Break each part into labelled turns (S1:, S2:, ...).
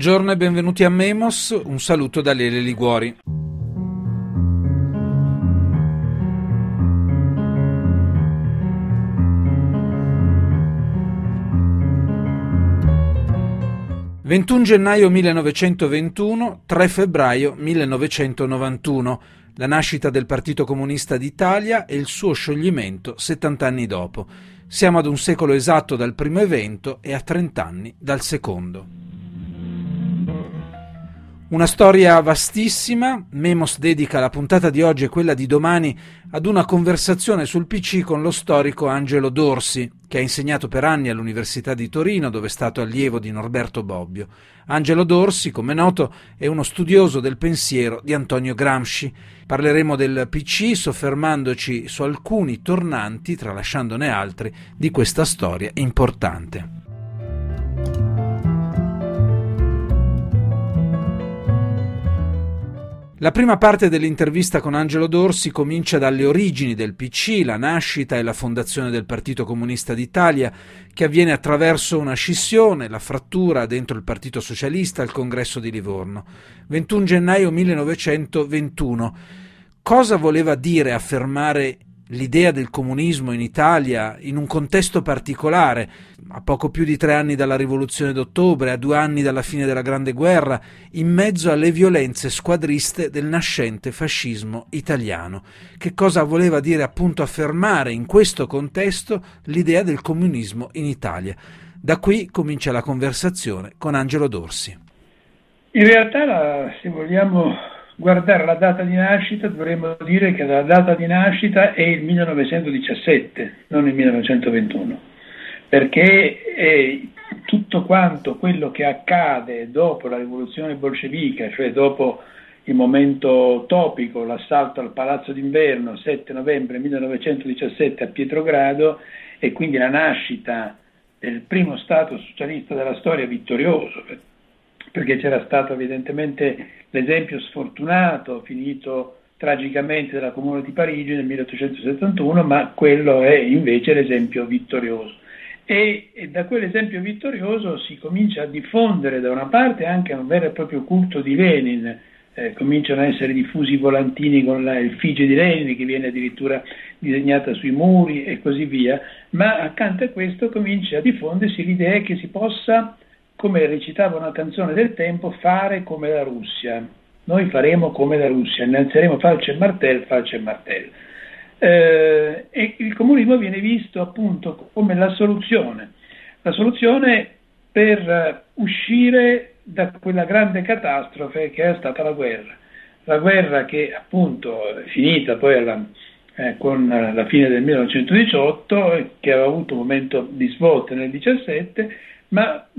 S1: Buongiorno e benvenuti a Memos, un saluto da Lele Liguori. «21 gennaio 1921, 3 febbraio 1991, la nascita del Partito Comunista d'Italia e il suo scioglimento 70 anni dopo. Siamo ad un secolo esatto dal primo evento e a 30 anni dal secondo». Una storia vastissima. Memos dedica la puntata di oggi e quella di domani ad una conversazione sul PC con lo storico Angelo Dorsi, che ha insegnato per anni all'Università di Torino, dove è stato allievo di Norberto Bobbio. Angelo Dorsi, come noto, è uno studioso del pensiero di Antonio Gramsci. Parleremo del PC soffermandoci su alcuni tornanti, tralasciandone altri, di questa storia importante. La prima parte dell'intervista con Angelo Dorsi comincia dalle origini del PC, la nascita e la fondazione del Partito Comunista d'Italia, che avviene attraverso una scissione, la frattura dentro il Partito Socialista al Congresso di Livorno. 21 gennaio 1921. Cosa voleva dire affermare l'idea del comunismo in Italia in un contesto particolare, a poco più di 3 anni dalla Rivoluzione d'Ottobre, a 2 anni dalla fine della Grande Guerra, in mezzo alle violenze squadriste del nascente fascismo italiano? Che cosa voleva dire appunto affermare in questo contesto l'idea del comunismo in Italia? Da qui comincia la conversazione con Angelo Dorsi.
S2: In realtà, se vogliamo guardare la data di nascita, dovremmo dire che la data di nascita è il 1917, non il 1921, perché tutto quanto quello che accade dopo la rivoluzione bolscevica, cioè dopo il momento topico, l'assalto al Palazzo d'Inverno, 7 novembre 1917 a Pietrogrado, e quindi la nascita del primo Stato socialista della storia vittorioso, perché c'era stato evidentemente l'esempio sfortunato, finito tragicamente dalla Comune di Parigi nel 1871, ma quello è invece l'esempio vittorioso. E da quell'esempio vittorioso si comincia a diffondere da una parte anche un vero e proprio culto di Lenin, cominciano a essere diffusi volantini con l'effigie di Lenin che viene addirittura disegnata sui muri e così via, ma accanto a questo comincia a diffondersi l'idea che si possa, come recitava una canzone del tempo, fare come la Russia. Noi faremo come la Russia, innalzeremo falce e martello, falce e martello. E il comunismo viene visto appunto come la soluzione per uscire da quella grande catastrofe che è stata la guerra che appunto è finita poi con la fine del 1918, che aveva avuto un momento di svolta nel 17, ma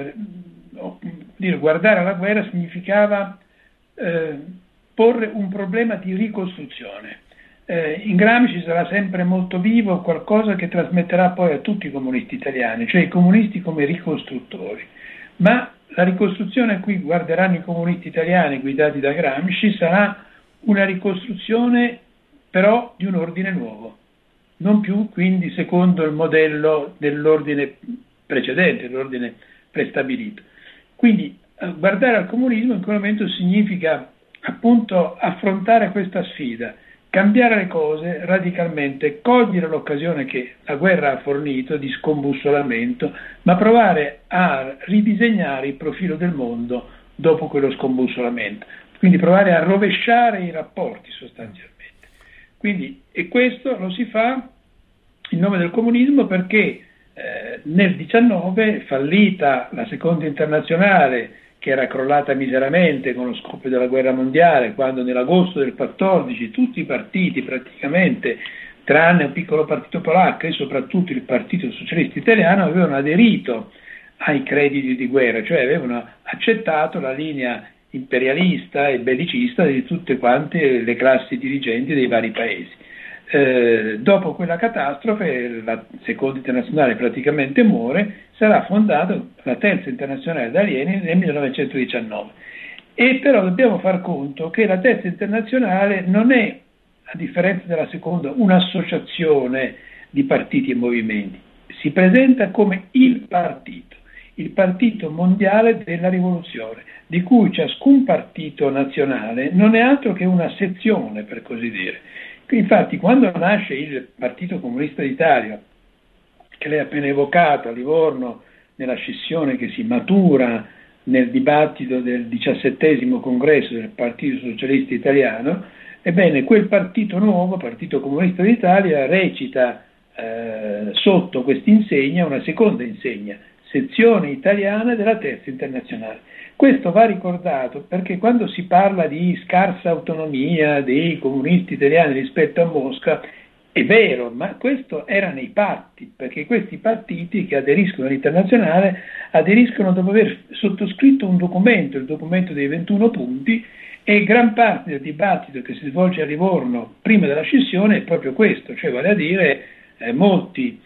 S2: guardare alla guerra significava porre un problema di ricostruzione. In Gramsci sarà sempre molto vivo qualcosa che trasmetterà poi a tutti i comunisti italiani, cioè i comunisti come ricostruttori, ma la ricostruzione a cui guarderanno i comunisti italiani guidati da Gramsci sarà una ricostruzione però di un ordine nuovo, non più quindi secondo il modello dell'ordine precedente, l'ordine prestabilito. Quindi guardare al comunismo in quel momento significa appunto affrontare questa sfida, cambiare le cose radicalmente, cogliere l'occasione che la guerra ha fornito di scombussolamento, ma provare a ridisegnare il profilo del mondo dopo quello scombussolamento, quindi provare a rovesciare i rapporti sostanzialmente. Quindi, e questo lo si fa in nome del comunismo perché nel 19, fallita la seconda internazionale, che era crollata miseramente con lo scoppio della guerra mondiale, quando nell'agosto del 14 tutti i partiti praticamente, tranne un piccolo partito polacco e soprattutto il Partito Socialista Italiano, avevano aderito ai crediti di guerra, cioè avevano accettato la linea imperialista e bellicista di tutte quante le classi dirigenti dei vari paesi. Dopo quella catastrofe la seconda internazionale praticamente muore, sarà fondata la terza internazionale da Lenin nel 1919, e però dobbiamo far conto che la terza internazionale non è, a differenza della seconda, un'associazione di partiti e movimenti, si presenta come il il partito mondiale della rivoluzione, di cui ciascun partito nazionale non è altro che una sezione, per così dire. Infatti, quando nasce il Partito Comunista d'Italia, che lei ha appena evocato a Livorno, nella scissione che si matura nel dibattito del 17° congresso del Partito Socialista Italiano, ebbene quel partito nuovo, Partito Comunista d'Italia, recita sotto quest'insegna una seconda insegna, sezione italiana della Terza Internazionale. Questo va ricordato perché quando si parla di scarsa autonomia dei comunisti italiani rispetto a Mosca, è vero, ma questo era nei patti, perché questi partiti che aderiscono all'internazionale aderiscono dopo aver sottoscritto un documento, il documento dei 21 punti, e gran parte del dibattito che si svolge a Livorno prima della scissione è proprio questo, cioè vale a dire molti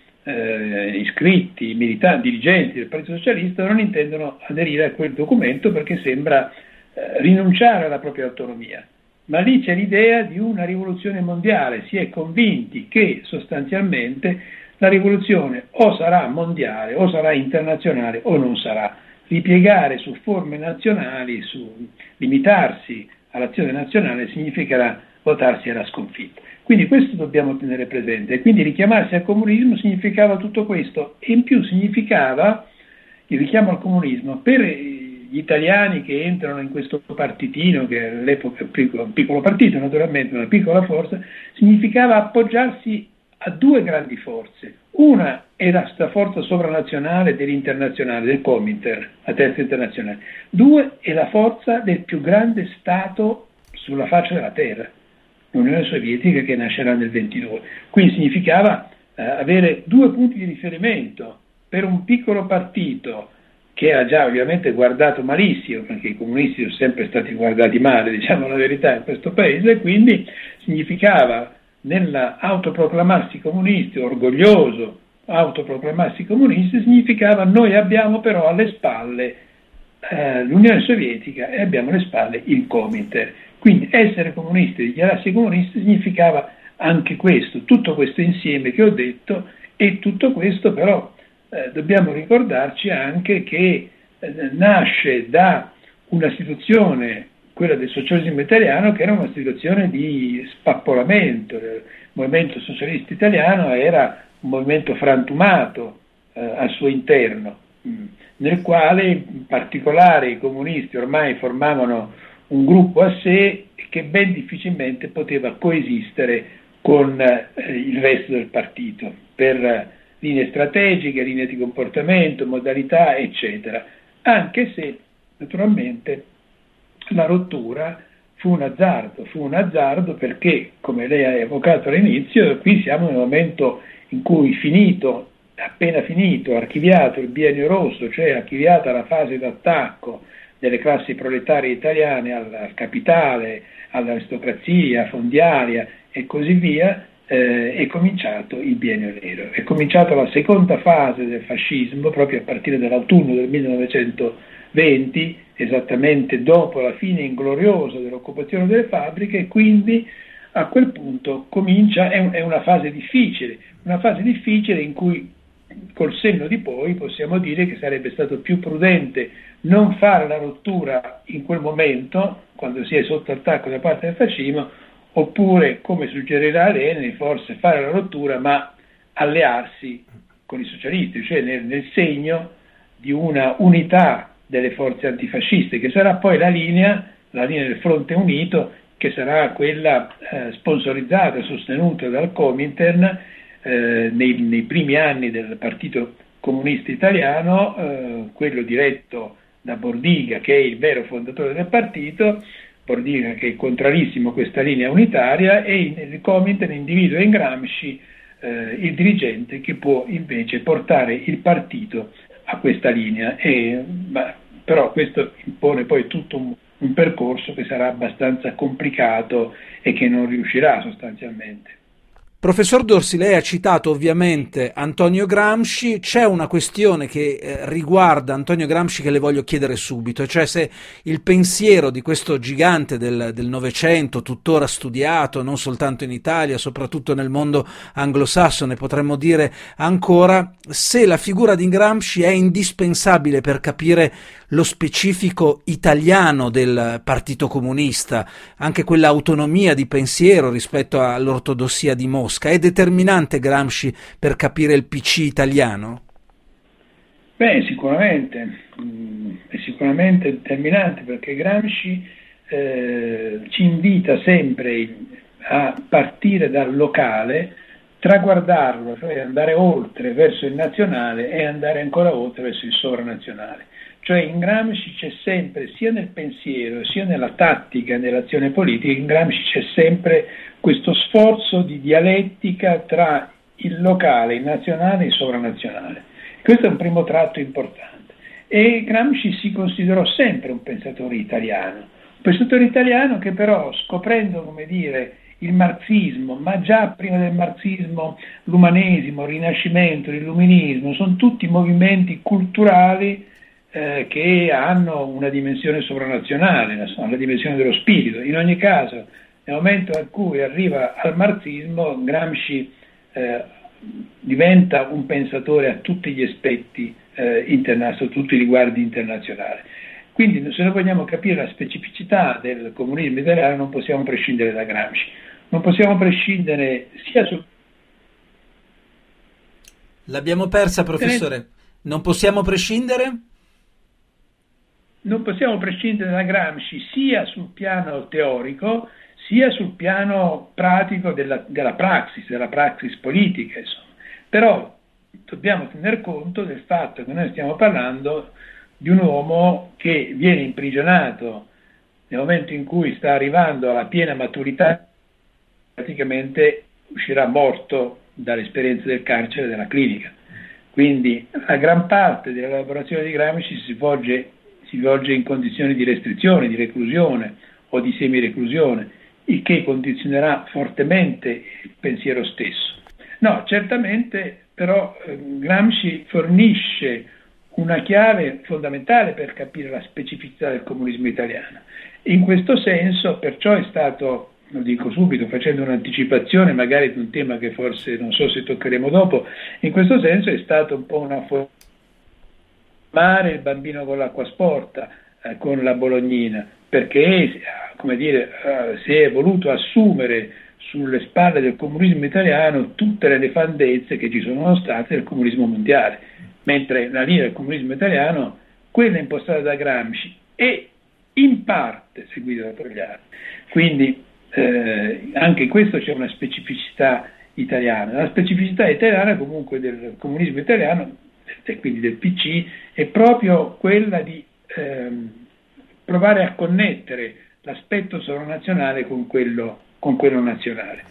S2: iscritti, militanti, dirigenti del Partito Socialista non intendono aderire a quel documento perché sembra rinunciare alla propria autonomia. Ma lì c'è l'idea di una rivoluzione mondiale, si è convinti che sostanzialmente la rivoluzione o sarà mondiale o sarà internazionale o non sarà. Ripiegare su forme nazionali, limitarsi all'azione nazionale significherà votarsi alla sconfitta. Quindi questo dobbiamo tenere presente, e quindi richiamarsi al comunismo significava tutto questo, e in più significava il richiamo al comunismo per gli italiani che entrano in questo partitino, che all'epoca un piccolo partito naturalmente, una piccola forza, significava appoggiarsi a due grandi forze. Una era questa forza sovranazionale dell'internazionale, del Cominter, la Terza Internazionale. Due è la forza del più grande Stato sulla faccia della terra, l'Unione Sovietica, che nascerà nel 1922. Quindi significava avere due punti di riferimento per un piccolo partito che era già ovviamente guardato malissimo, perché i comunisti sono sempre stati guardati male, diciamo la verità, in questo paese, e quindi significava nell'autoproclamarsi comunisti, orgoglioso autoproclamarsi comunisti, significava noi abbiamo però alle spalle l'Unione Sovietica e abbiamo alle spalle il Cominter. Quindi essere comunisti, dichiararsi comunisti, significava anche questo, tutto questo insieme che ho detto, e tutto questo però dobbiamo ricordarci anche che nasce da una situazione, quella del socialismo italiano, che era una situazione di spappolamento. Il movimento socialista italiano era un movimento frantumato al suo interno, nel quale in particolare i comunisti ormai formavano un gruppo a sé che ben difficilmente poteva coesistere con il resto del partito per linee strategiche, linee di comportamento, modalità, eccetera, anche se naturalmente la rottura fu un azzardo perché, come lei ha evocato all'inizio, qui siamo nel momento in cui appena finito, archiviato il biennio rosso, cioè archiviata la fase d'attacco delle classi proletarie italiane al capitale, all'aristocrazia fondiaria e così via, è cominciato il biennio nero. È cominciata la seconda fase del fascismo proprio a partire dall'autunno del 1920, esattamente dopo la fine ingloriosa dell'occupazione delle fabbriche, e quindi a quel punto è una fase difficile in cui col senno di poi possiamo dire che sarebbe stato più prudente non fare la rottura in quel momento, quando si è sotto attacco da parte del fascismo, oppure, come suggerirà Lenin, forse fare la rottura ma allearsi con i socialisti, cioè nel segno di una unità delle forze antifasciste, che sarà poi la linea del Fronte Unito, che sarà quella sponsorizzata e sostenuta dal Comintern nei primi anni del Partito Comunista Italiano, quello diretto da Bordiga, che è il vero fondatore del partito. Bordiga, che è contrarissimo a questa linea unitaria, e il Comintern individua in Gramsci il dirigente che può invece portare il partito a questa linea, però questo impone poi tutto un percorso che sarà abbastanza complicato e che non riuscirà sostanzialmente.
S1: Professor Dorsi, lei ha citato ovviamente Antonio Gramsci, c'è una questione che riguarda Antonio Gramsci che le voglio chiedere subito, cioè se il pensiero di questo gigante del Novecento, tuttora studiato non soltanto in Italia, soprattutto nel mondo anglosassone, potremmo dire ancora, se la figura di Gramsci è indispensabile per capire lo specifico italiano del Partito Comunista, anche quella autonomia di pensiero rispetto all'ortodossia di Mosca. È determinante Gramsci per capire il PC italiano?
S2: Beh, sicuramente, è sicuramente determinante perché Gramsci ci invita sempre a partire dal locale, traguardarlo, cioè andare oltre verso il nazionale e andare ancora oltre verso il sovranazionale. Cioè in Gramsci c'è sempre, sia nel pensiero, sia nella tattica, nell'azione politica, in Gramsci c'è sempre questo sforzo di dialettica tra il locale, il nazionale e il sovranazionale. Questo è un primo tratto importante. E Gramsci si considerò sempre un pensatore italiano che però scoprendo, come dire, il marxismo, ma già prima del marxismo l'umanesimo, il rinascimento, l'illuminismo, sono tutti movimenti culturali che hanno una dimensione sovranazionale, la dimensione dello spirito. In ogni caso, nel momento in cui arriva al marxismo, Gramsci diventa un pensatore a tutti gli aspetti sotto tutti i riguardi internazionali. Quindi, se noi vogliamo capire la specificità del comunismo italiano, non possiamo prescindere da Gramsci. Non possiamo prescindere sia sul...
S1: L'abbiamo persa, professore. Non possiamo prescindere?
S2: Non possiamo prescindere da Gramsci sia sul piano teorico sia sul piano pratico della praxis politica, insomma. Però dobbiamo tener conto del fatto che noi stiamo parlando di un uomo che viene imprigionato nel momento in cui sta arrivando alla piena maturità, praticamente uscirà morto dall'esperienza del carcere e della clinica. Quindi la gran parte dell'elaborazione di Gramsci si svolge in condizioni di restrizione, di reclusione o di semireclusione, il che condizionerà fortemente il pensiero stesso. No, certamente però Gramsci fornisce una chiave fondamentale per capire la specificità del comunismo italiano. In questo senso, perciò è stato, lo dico subito facendo un'anticipazione magari di un tema che forse non so se toccheremo dopo, in questo senso è stato un po' una il bambino con l'acqua sporca con la Bolognina, perché come dire, si è voluto assumere sulle spalle del comunismo italiano tutte le nefandezze che ci sono state del comunismo mondiale, mentre la linea del comunismo italiano, quella impostata da Gramsci, è in parte seguita da Togliatti. Quindi anche in questo c'è una specificità italiana. La specificità italiana comunque del comunismo italiano, e quindi del PC, è proprio quella di provare a connettere l'aspetto sovranazionale con quello nazionale.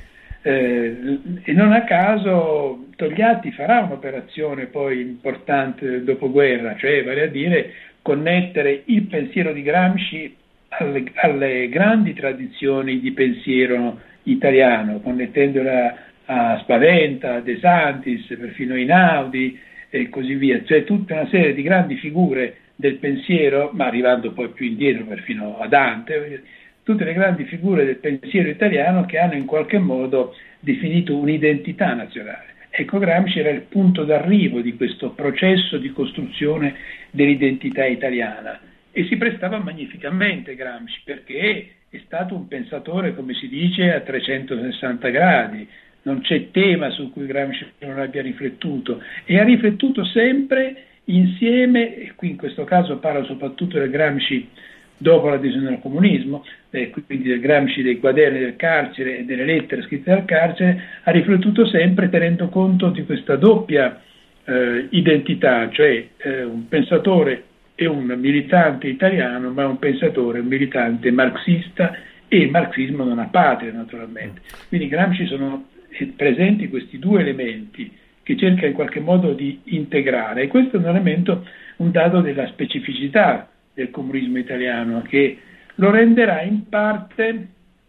S2: E non a caso Togliatti farà un'operazione poi importante del dopoguerra, cioè vale a dire connettere il pensiero di Gramsci alle grandi tradizioni di pensiero italiano, connettendola a Spaventa, a De Santis, perfino Einaudi e così via, cioè tutta una serie di grandi figure del pensiero, ma arrivando poi più indietro perfino a Dante, tutte le grandi figure del pensiero italiano che hanno in qualche modo definito un'identità nazionale. Ecco, Gramsci era il punto d'arrivo di questo processo di costruzione dell'identità italiana e si prestava magnificamente Gramsci perché è stato un pensatore, come si dice, a 360 gradi. Non c'è tema su cui Gramsci non abbia riflettuto e ha riflettuto sempre insieme, e qui in questo caso parlo soprattutto del Gramsci dopo l'adesione al comunismo, quindi del Gramsci dei quaderni del carcere e delle lettere scritte dal carcere, ha riflettuto sempre tenendo conto di questa doppia identità, cioè un pensatore e un militante italiano, ma un pensatore, un militante marxista, e il marxismo non ha patria naturalmente. Quindi Gramsci sono presenti questi due elementi che cerca in qualche modo di integrare, e questo è un elemento, un dato della specificità del comunismo italiano, che lo renderà in parte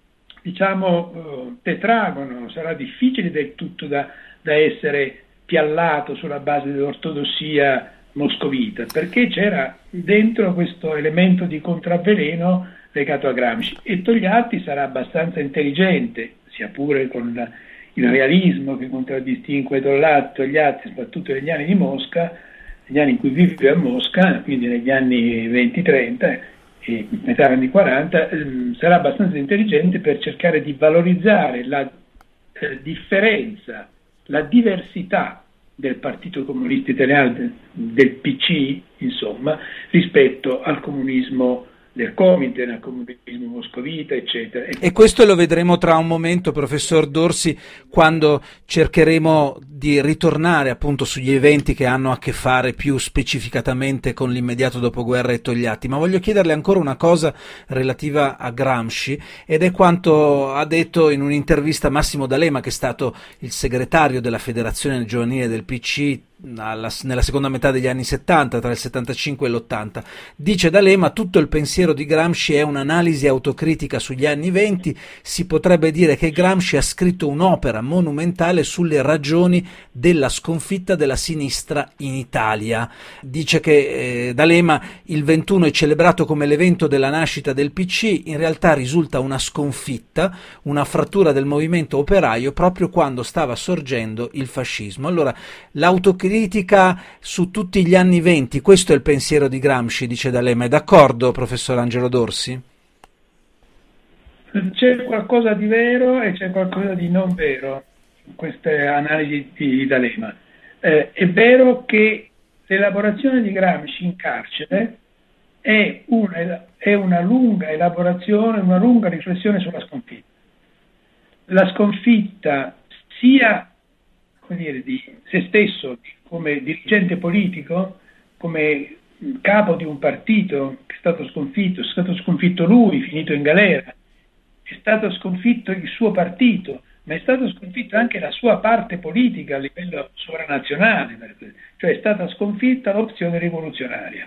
S2: tetragono, sarà difficile del tutto da essere piallato sulla base dell'ortodossia moscovita, perché c'era dentro questo elemento di contravveleno legato a Gramsci, e Togliatti sarà abbastanza intelligente, sia pure con il realismo che contraddistingue Togliatti, soprattutto negli anni di Mosca, negli anni in cui vive a Mosca, quindi negli anni 20-30 e metà anni 40, sarà abbastanza intelligente per cercare di valorizzare la differenza, la diversità del Partito Comunista Italiano, del PC, insomma, rispetto al comunismo del Comintern, al comunismo moscovita, eccetera.
S1: E questo lo vedremo tra un momento, professor Dorsi, quando cercheremo di ritornare appunto sugli eventi che hanno a che fare più specificatamente con l'immediato dopoguerra e Togliatti. Ma voglio chiederle ancora una cosa relativa a Gramsci, ed è quanto ha detto in un'intervista Massimo D'Alema, che è stato il segretario della Federazione Giovanile del PC nella seconda metà degli anni 70, tra il 75 e l'80. Dice D'Alema: tutto il pensiero di Gramsci è un'analisi autocritica sugli anni 20, si potrebbe dire che Gramsci ha scritto un'opera monumentale sulle ragioni della sconfitta della sinistra in Italia. Dice che D'Alema il 21 è celebrato come l'evento della nascita del PC, in realtà risulta una sconfitta, una frattura del movimento operaio proprio quando stava sorgendo il fascismo. Allora, l'autocritica su tutti gli anni 20, questo è il pensiero di Gramsci, dice D'Alema. È d'accordo, professor Angelo Dorsi?
S2: C'è qualcosa di vero e c'è qualcosa di non vero in queste analisi di D'Alema. È vero che l'elaborazione di Gramsci in carcere è una lunga elaborazione, una lunga riflessione sulla sconfitta. La sconfitta sia di se stesso come dirigente politico, come capo di un partito che è stato sconfitto lui, finito in galera, è stato sconfitto il suo partito, ma è stato sconfitto anche la sua parte politica a livello sovranazionale, cioè è stata sconfitta l'opzione rivoluzionaria.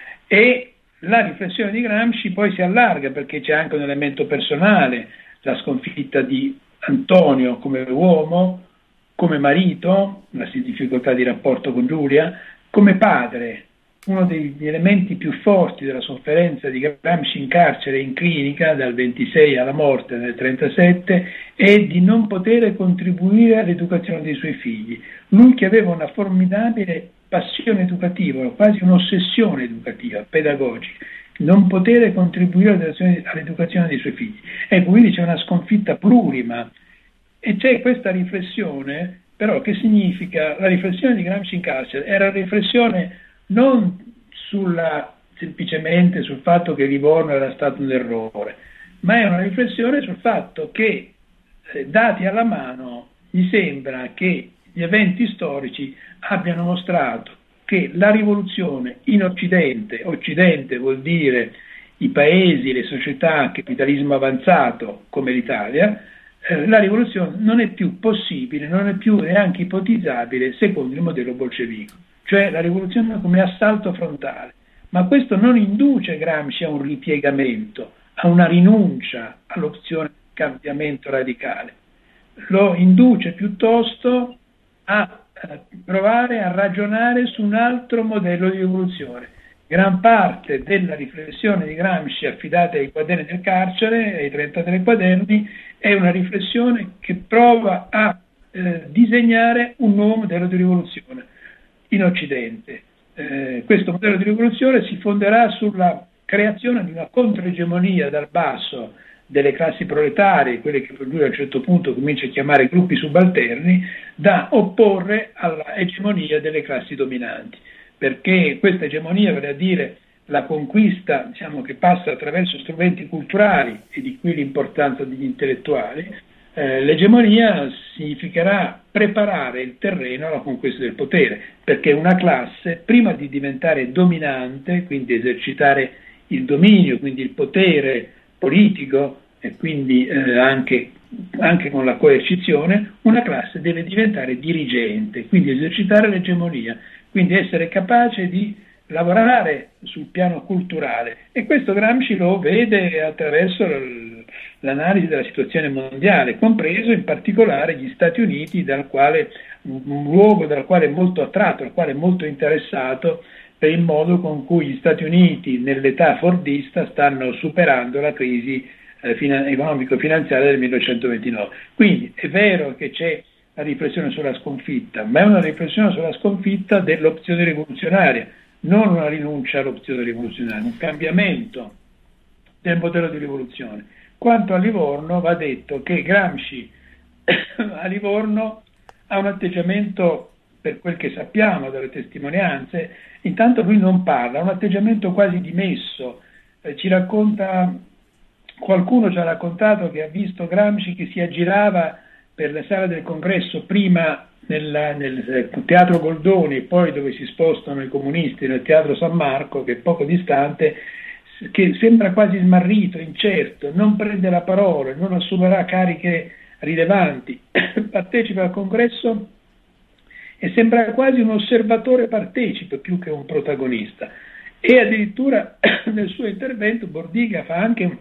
S2: E la riflessione di Gramsci poi si allarga, perché c'è anche un elemento personale, la sconfitta di Antonio come uomo, come marito, la difficoltà di rapporto con Giulia, come padre. Uno degli elementi più forti della sofferenza di Gramsci in carcere e in clinica, dal 26 alla morte nel 37, è di non poter contribuire all'educazione dei suoi figli. Lui che aveva una formidabile passione educativa, quasi un'ossessione educativa, pedagogica, non poter contribuire all'educazione dei suoi figli. Ecco, quindi c'è una sconfitta plurima. E c'è questa riflessione, però, che significa, la riflessione di Gramsci in carcere era una riflessione non semplicemente sul fatto che Livorno era stato un errore, ma è una riflessione sul fatto che, dati alla mano, mi sembra che gli eventi storici abbiano mostrato che la rivoluzione in Occidente vuol dire i paesi, le società, capitalismo avanzato come l'Italia, la rivoluzione non è più possibile, non è più neanche ipotizzabile secondo il modello bolscevico, cioè la rivoluzione come assalto frontale. Ma questo non induce Gramsci a un ripiegamento, a una rinuncia all'opzione cambiamento radicale, lo induce piuttosto a provare a ragionare su un altro modello di rivoluzione. Gran parte della riflessione di Gramsci affidata ai quaderni del carcere, ai 33 quaderni, è una riflessione che prova a disegnare un nuovo modello di rivoluzione in Occidente. Questo modello di rivoluzione si fonderà sulla creazione di una controegemonia dal basso delle classi proletarie, quelle che lui a un certo punto comincia a chiamare gruppi subalterni, da opporre alla egemonia delle classi dominanti. Perché questa egemonia, vale a dire la conquista, diciamo, che passa attraverso strumenti culturali, e di qui l'importanza degli intellettuali, l'egemonia significherà preparare il terreno alla conquista del potere, perché una classe, prima di diventare dominante, quindi esercitare il dominio, quindi il potere politico, e quindi anche con la coercizione, una classe deve diventare dirigente, quindi esercitare l'egemonia, quindi essere capace di lavorare sul piano culturale, e questo Gramsci lo vede attraverso l'analisi della situazione mondiale, compreso in particolare gli Stati Uniti, un luogo dal quale è molto attratto, al quale è molto interessato per il modo con cui gli Stati Uniti nell'età fordista stanno superando la crisi economico-finanziaria del 1929. Quindi è vero che c'è la riflessione sulla sconfitta, ma è una riflessione sulla sconfitta dell'opzione rivoluzionaria, non una rinuncia all'opzione rivoluzionaria, un cambiamento del modello di rivoluzione. Quanto a Livorno, va detto che Gramsci a Livorno ha un atteggiamento, per quel che sappiamo dalle testimonianze, intanto lui non parla, ha un atteggiamento quasi dimesso, qualcuno ci ha raccontato che ha visto Gramsci che si aggirava per le sale del congresso, prima nel Teatro Goldoni e poi dove si spostano i comunisti nel Teatro San Marco, che è poco distante, che sembra quasi smarrito, incerto, non prende la parola, non assumerà cariche rilevanti, partecipa al congresso e sembra quasi un osservatore partecipe più che un protagonista. E addirittura nel suo intervento Bordiga fa anche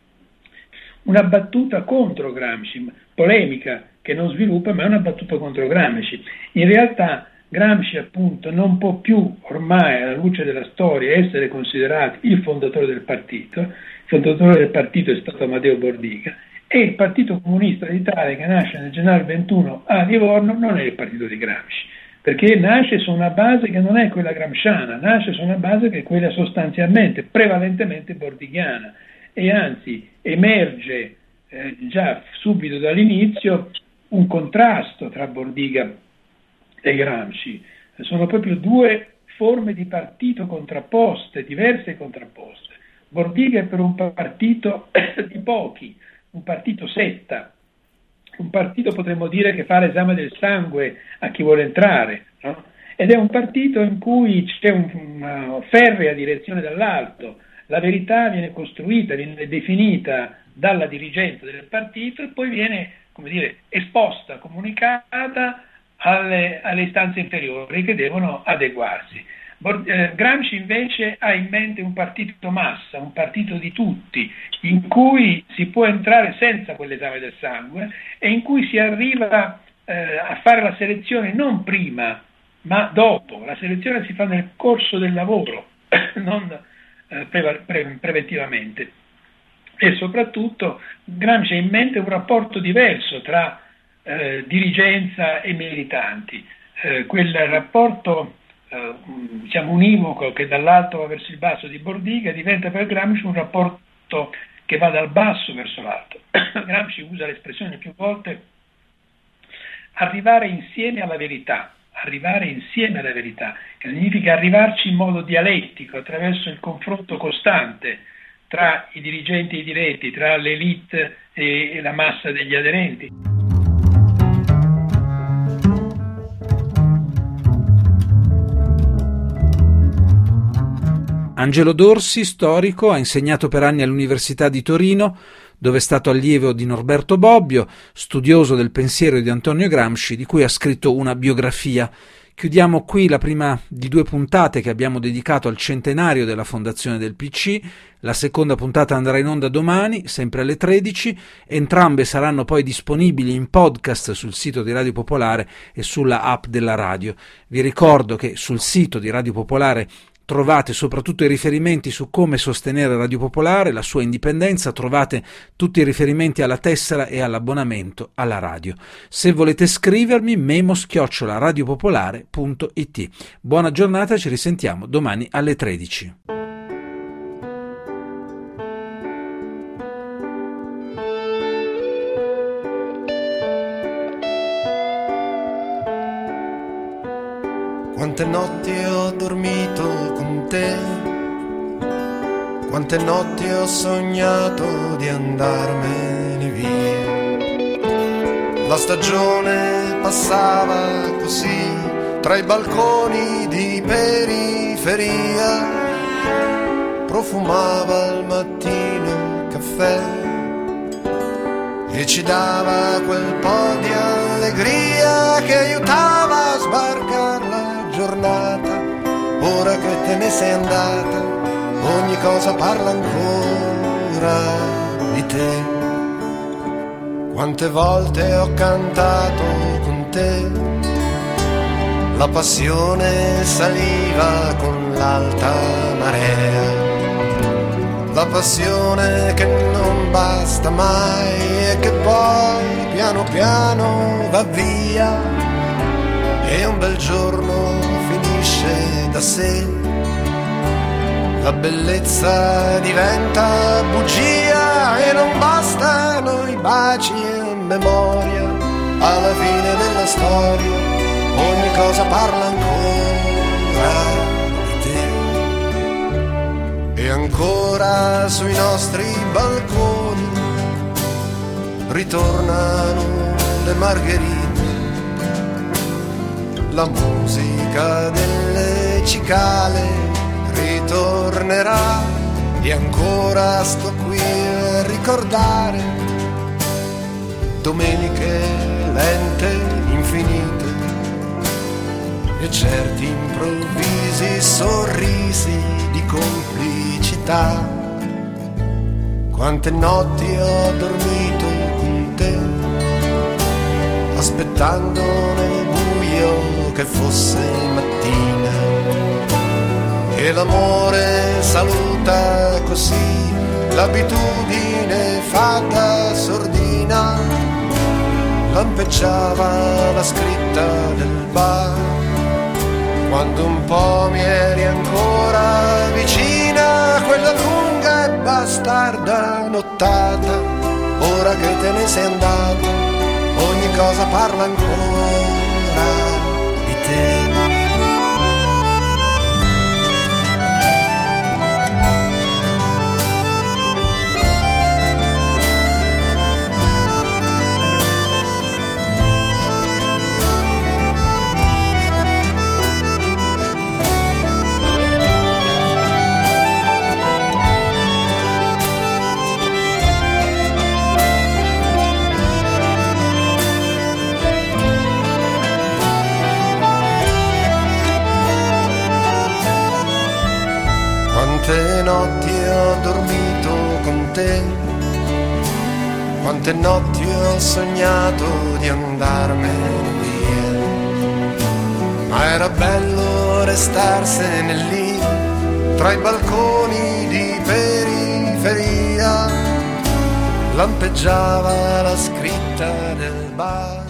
S2: una battuta contro Gramsci, polemica che non sviluppa, ma è una battuta contro Gramsci. In realtà Gramsci appunto non può più, ormai alla luce della storia, essere considerato il fondatore del partito. Il fondatore del partito è stato Amadeo Bordiga, e il Partito Comunista d'Italia, che nasce nel gennaio 21 a Livorno, non è il partito di Gramsci, perché nasce su una base che non è quella gramsciana, nasce su una base che è quella sostanzialmente, prevalentemente bordighiana, e anzi emerge già subito dall'inizio un contrasto tra Bordiga e Gramsci. Sono proprio due forme di partito contrapposte, diverse e contrapposte. Bordiga è per un partito di pochi, un partito setta, un partito, potremmo dire, che fa l'esame del sangue a chi vuole entrare, no? Ed è un partito in cui c'è una ferrea direzione dall'alto, la verità viene costruita, viene definita dalla dirigenza del partito e poi viene, come dire, esposta, comunicata alle istanze inferiori che devono adeguarsi. Gramsci invece ha in mente un partito massa, un partito di tutti, in cui si può entrare senza quell'esame del sangue e in cui si arriva a fare la selezione non prima ma dopo. La selezione si fa nel corso del lavoro, non preventivamente. E soprattutto Gramsci ha in mente un rapporto diverso tra dirigenza e militanti, quel rapporto univoco che dall'alto va verso il basso di Bordiga diventa per Gramsci un rapporto che va dal basso verso l'alto. Gramsci usa l'espressione più volte arrivare insieme alla verità, che significa arrivarci in modo dialettico attraverso il confronto costante tra i dirigenti e i diretti, tra l'élite e la massa degli aderenti.
S1: Angelo Dorsi, storico, ha insegnato per anni all'Università di Torino, dove è stato allievo di Norberto Bobbio, studioso del pensiero di Antonio Gramsci, di cui ha scritto una biografia. Chiudiamo qui la prima di 2 puntate che abbiamo dedicato al centenario della fondazione del PC. La seconda puntata andrà in onda domani, sempre alle 13. Entrambe saranno poi disponibili in podcast sul sito di Radio Popolare e sulla app della radio. Vi ricordo che sul sito di Radio Popolare trovate soprattutto i riferimenti su come sostenere Radio Popolare, la sua indipendenza, trovate tutti i riferimenti alla tessera e all'abbonamento alla radio. Se volete scrivermi, memo@radiopopolare.it. Buona giornata, ci risentiamo domani alle 13.
S3: Quante notti ho dormito con te, quante notti ho sognato di andarmene via. La stagione passava così tra i balconi di periferia, profumava al mattino il caffè e ci dava quel po' di allegria che aiutava a sbarcare la giornata ora che te ne sei andata, ogni cosa parla ancora di te. Quante volte ho cantato con te, la passione saliva con l'alta marea, la passione che non basta mai e che poi piano piano va via e un bel giorno finisce da sé. La bellezza diventa bugia e non bastano i baci e memoria. Alla fine della storia ogni cosa parla ancora di te. E ancora sui nostri balconi ritornano le margherite, la musica delle cicale ritornerà e ancora sto qui a ricordare domeniche lente, infinite e certi improvvisi sorrisi di complicità. Quante notti ho dormito con te, aspettando nel buio che fosse mattina. E l'amore saluta così, l'abitudine fatta sordina, lampeggiava la scritta del bar, quando un po' mi eri ancora vicina, quella lunga e bastarda nottata, ora che te ne sei andata, ogni cosa parla ancora di te. Quante notti ho dormito con te, quante notti ho sognato di andarmene via, ma era bello restarsene lì, tra i balconi di periferia, lampeggiava la scritta del bar.